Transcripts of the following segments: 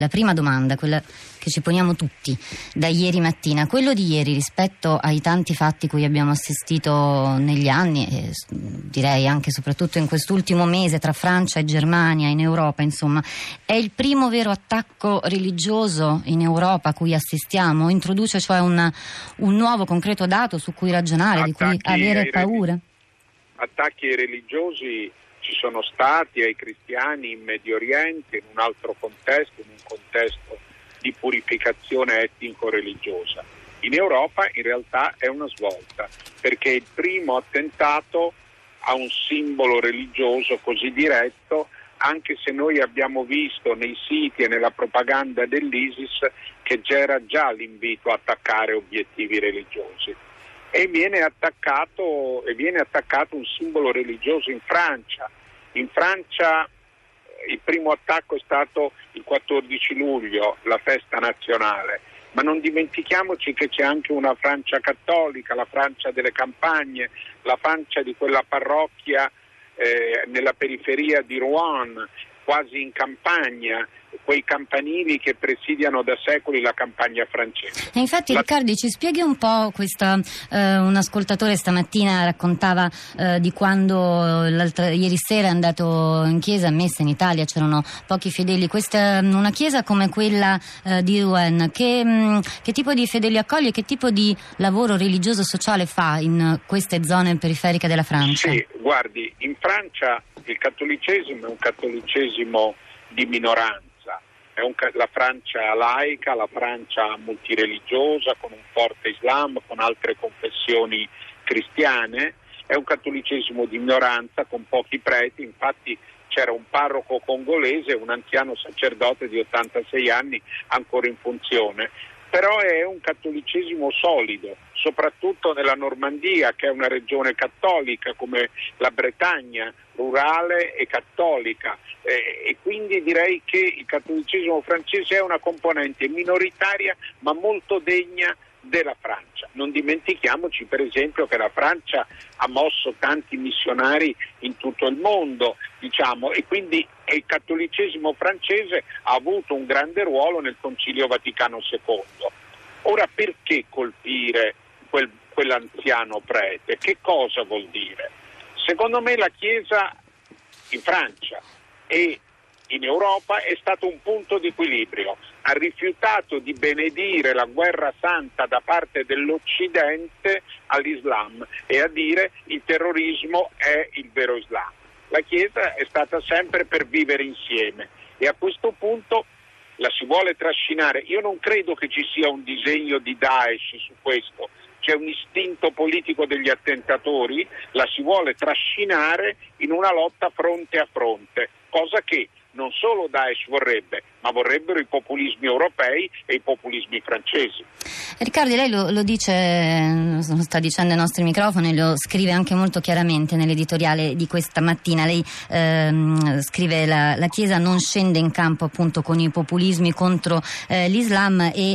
La prima domanda, quella che ci poniamo tutti da ieri mattina, quello di ieri rispetto ai tanti fatti cui abbiamo assistito negli anni, e direi anche e soprattutto in quest'ultimo mese tra Francia e Germania, in Europa, insomma, è il primo vero attacco religioso in Europa a cui assistiamo? Introduce cioè un nuovo concreto dato su cui ragionare, di cui avere paura? Attacchi religiosi ci sono stati ai cristiani in Medio Oriente, in un altro contesto, in un contesto di purificazione etnico-religiosa. In Europa in realtà è una svolta, perché è il primo attentato a un simbolo religioso così diretto, anche se noi abbiamo visto nei siti e nella propaganda dell'ISIS che c'era già l'invito a attaccare obiettivi religiosi. E viene attaccato un simbolo religioso in Francia. In Francia il primo attacco è stato il 14 luglio, la festa nazionale, ma non dimentichiamoci che c'è anche una Francia cattolica, la Francia delle campagne, la Francia di quella parrocchia nella periferia di Rouen, quasi in campagna, quei campanili che presidiano da secoli la campagna francese. E infatti Riccardi ci spieghi un po' questa, un ascoltatore stamattina raccontava di quando ieri sera è andato in chiesa, a messa in Italia, c'erano pochi fedeli, una chiesa come quella di Rouen, che tipo di fedeli accoglie, che tipo di lavoro religioso sociale fa in queste zone periferiche della Francia? Sì, guardi, in Francia il cattolicesimo è un cattolicesimo di minoranza. La Francia laica, la Francia multireligiosa, con un forte Islam, con altre confessioni cristiane, è un cattolicesimo di minoranza con pochi preti. Infatti c'era un parroco congolese, un anziano sacerdote di 86 anni ancora in funzione, però è un cattolicesimo solido, soprattutto nella Normandia, che è una regione cattolica come la Bretagna, rurale e cattolica, e quindi direi che il cattolicesimo francese è una componente minoritaria ma molto degna della Francia. Non dimentichiamoci per esempio che la Francia ha mosso tanti missionari in tutto il mondo, e quindi il cattolicesimo francese ha avuto un grande ruolo nel Concilio Vaticano II. Ora, perché colpire quell'anziano prete? Che cosa vuol dire? Secondo me la Chiesa in Francia e in Europa è stato un punto di equilibrio, ha rifiutato di benedire la guerra santa da parte dell'Occidente all'Islam e a dire il terrorismo è il vero Islam. La Chiesa è stata sempre per vivere insieme e a questo punto la si vuole trascinare. Io non credo che ci sia un disegno di Daesh su questo, c'è un istinto politico degli attentatori, la si vuole trascinare in una lotta fronte a fronte, cosa che non solo Daesh vorrebbe, ma vorrebbero i populismi europei e i populismi francesi. Riccardi, lei lo dice, lo sta dicendo ai nostri microfoni, lo scrive anche molto chiaramente nell'editoriale di questa mattina. Lei scrive la Chiesa non scende in campo appunto con i populismi contro l'Islam e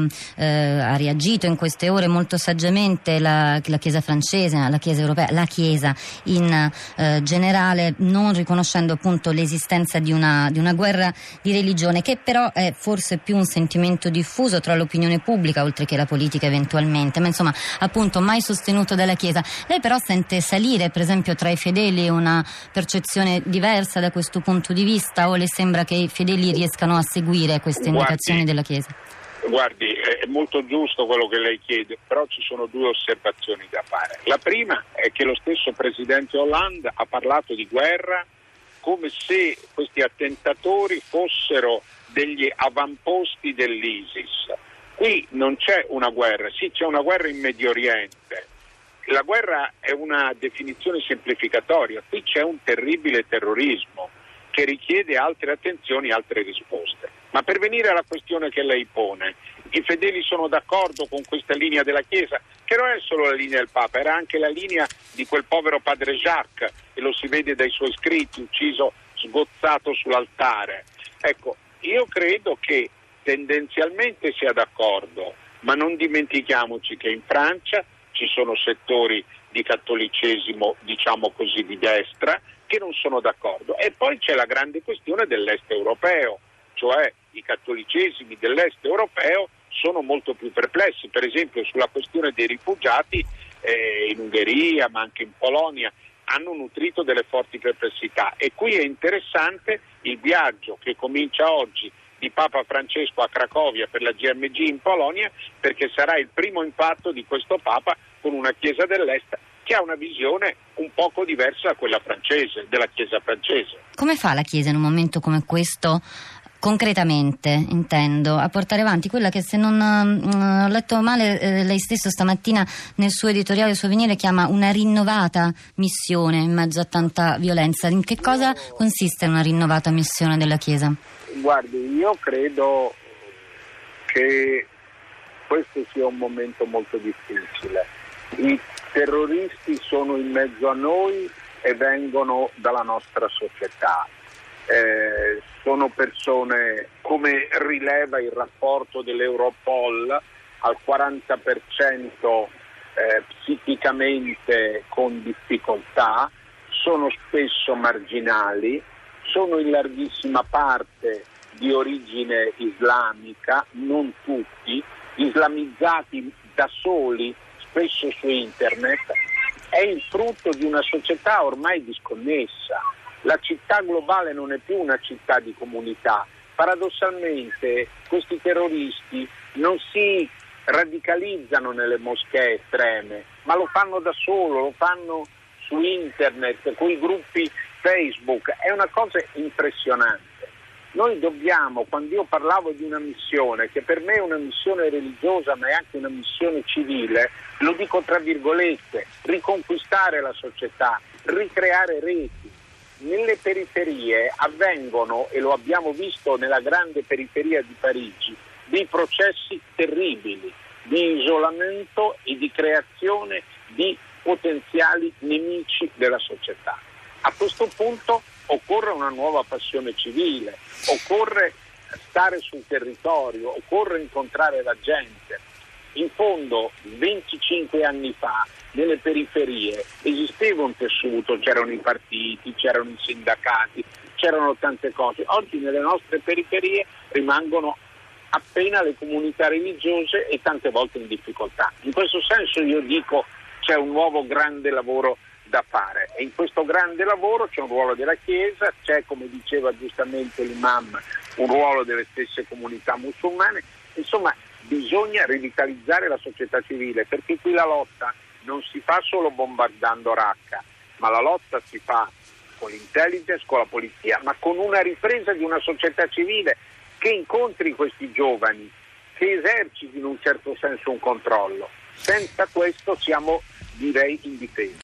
ha reagito in queste ore molto saggiamente la Chiesa francese, la Chiesa europea, la Chiesa in generale, non riconoscendo appunto l'esistenza di una guerra di religione, che però è forse più un sentimento diffuso tra l'opinione pubblica oltre che la politica eventualmente, ma insomma appunto mai sostenuto dalla Chiesa. Lei però sente salire per esempio tra i fedeli una percezione diversa da questo punto di vista, o le sembra che i fedeli riescano a seguire queste indicazioni della Chiesa? Guardi, è molto giusto quello che lei chiede, però ci sono due osservazioni da fare. La prima è che lo stesso presidente Hollande ha parlato di guerra come se questi attentatori fossero degli avamposti dell'ISIS. Qui non c'è una guerra, sì, c'è una guerra in Medio Oriente. La guerra è una definizione semplificatoria, qui c'è un terribile terrorismo che richiede altre attenzioni, altre risposte. Ma per venire alla questione che lei pone, i fedeli sono d'accordo con questa linea della Chiesa, che non è solo la linea del Papa, era anche la linea di quel povero padre Jacques, e lo si vede dai suoi scritti, ucciso, sgozzato sull'altare. Ecco, io credo che tendenzialmente sia d'accordo, ma non dimentichiamoci che in Francia ci sono settori di cattolicesimo, diciamo così, di destra, che non sono d'accordo. E poi c'è la grande questione dell'est europeo, cioè i cattolicesimi dell'est europeo, sono molto più perplessi. Per esempio sulla questione dei rifugiati in Ungheria ma anche in Polonia hanno nutrito delle forti perplessità, e qui è interessante il viaggio che comincia oggi di Papa Francesco a Cracovia per la GMG in Polonia, perché sarà il primo impatto di questo Papa con una Chiesa dell'Est che ha una visione un poco diversa da quella francese, della Chiesa francese. Come fa la Chiesa in un momento come questo, concretamente intendo, a portare avanti quella che, se non ho letto male, lei stesso stamattina nel suo editoriale su Avvenire chiama una rinnovata missione in mezzo a tanta violenza? In che cosa consiste una rinnovata missione della Chiesa? Guardi, io credo che questo sia un momento molto difficile. I terroristi sono in mezzo a noi e vengono dalla nostra società. Sono persone, come rileva il rapporto dell'Europol, al 40% psichicamente con difficoltà, sono spesso marginali, sono in larghissima parte di origine islamica, non tutti, islamizzati da soli, spesso su internet. È il frutto di una società ormai disconnessa. La città globale non è più una città di comunità. Paradossalmente questi terroristi non si radicalizzano nelle moschee estreme, ma lo fanno da solo, lo fanno su internet, con i gruppi Facebook. È una cosa impressionante. Noi dobbiamo, quando io parlavo di una missione, che per me è una missione religiosa ma è anche una missione civile, lo dico tra virgolette, riconquistare la società, ricreare reti. Nelle periferie avvengono, e lo abbiamo visto nella grande periferia di Parigi, dei processi terribili di isolamento e di creazione di potenziali nemici della società. A questo punto occorre una nuova passione civile, occorre stare sul territorio, occorre incontrare la gente. In fondo 25 anni fa nelle periferie esisteva un tessuto, c'erano i partiti, c'erano i sindacati, c'erano tante cose. Oggi nelle nostre periferie rimangono appena le comunità religiose e tante volte in difficoltà. In questo senso io dico c'è un nuovo grande lavoro da fare, e in questo grande lavoro c'è un ruolo della Chiesa, c'è, come diceva giustamente l'imam, un ruolo delle stesse comunità musulmane. Insomma, bisogna rivitalizzare la società civile, perché qui la lotta non si fa solo bombardando Raqqa, ma la lotta si fa con l'intelligence, con la polizia, ma con una ripresa di una società civile che incontri questi giovani, che eserciti in un certo senso un controllo. Senza questo siamo, direi, indifesi.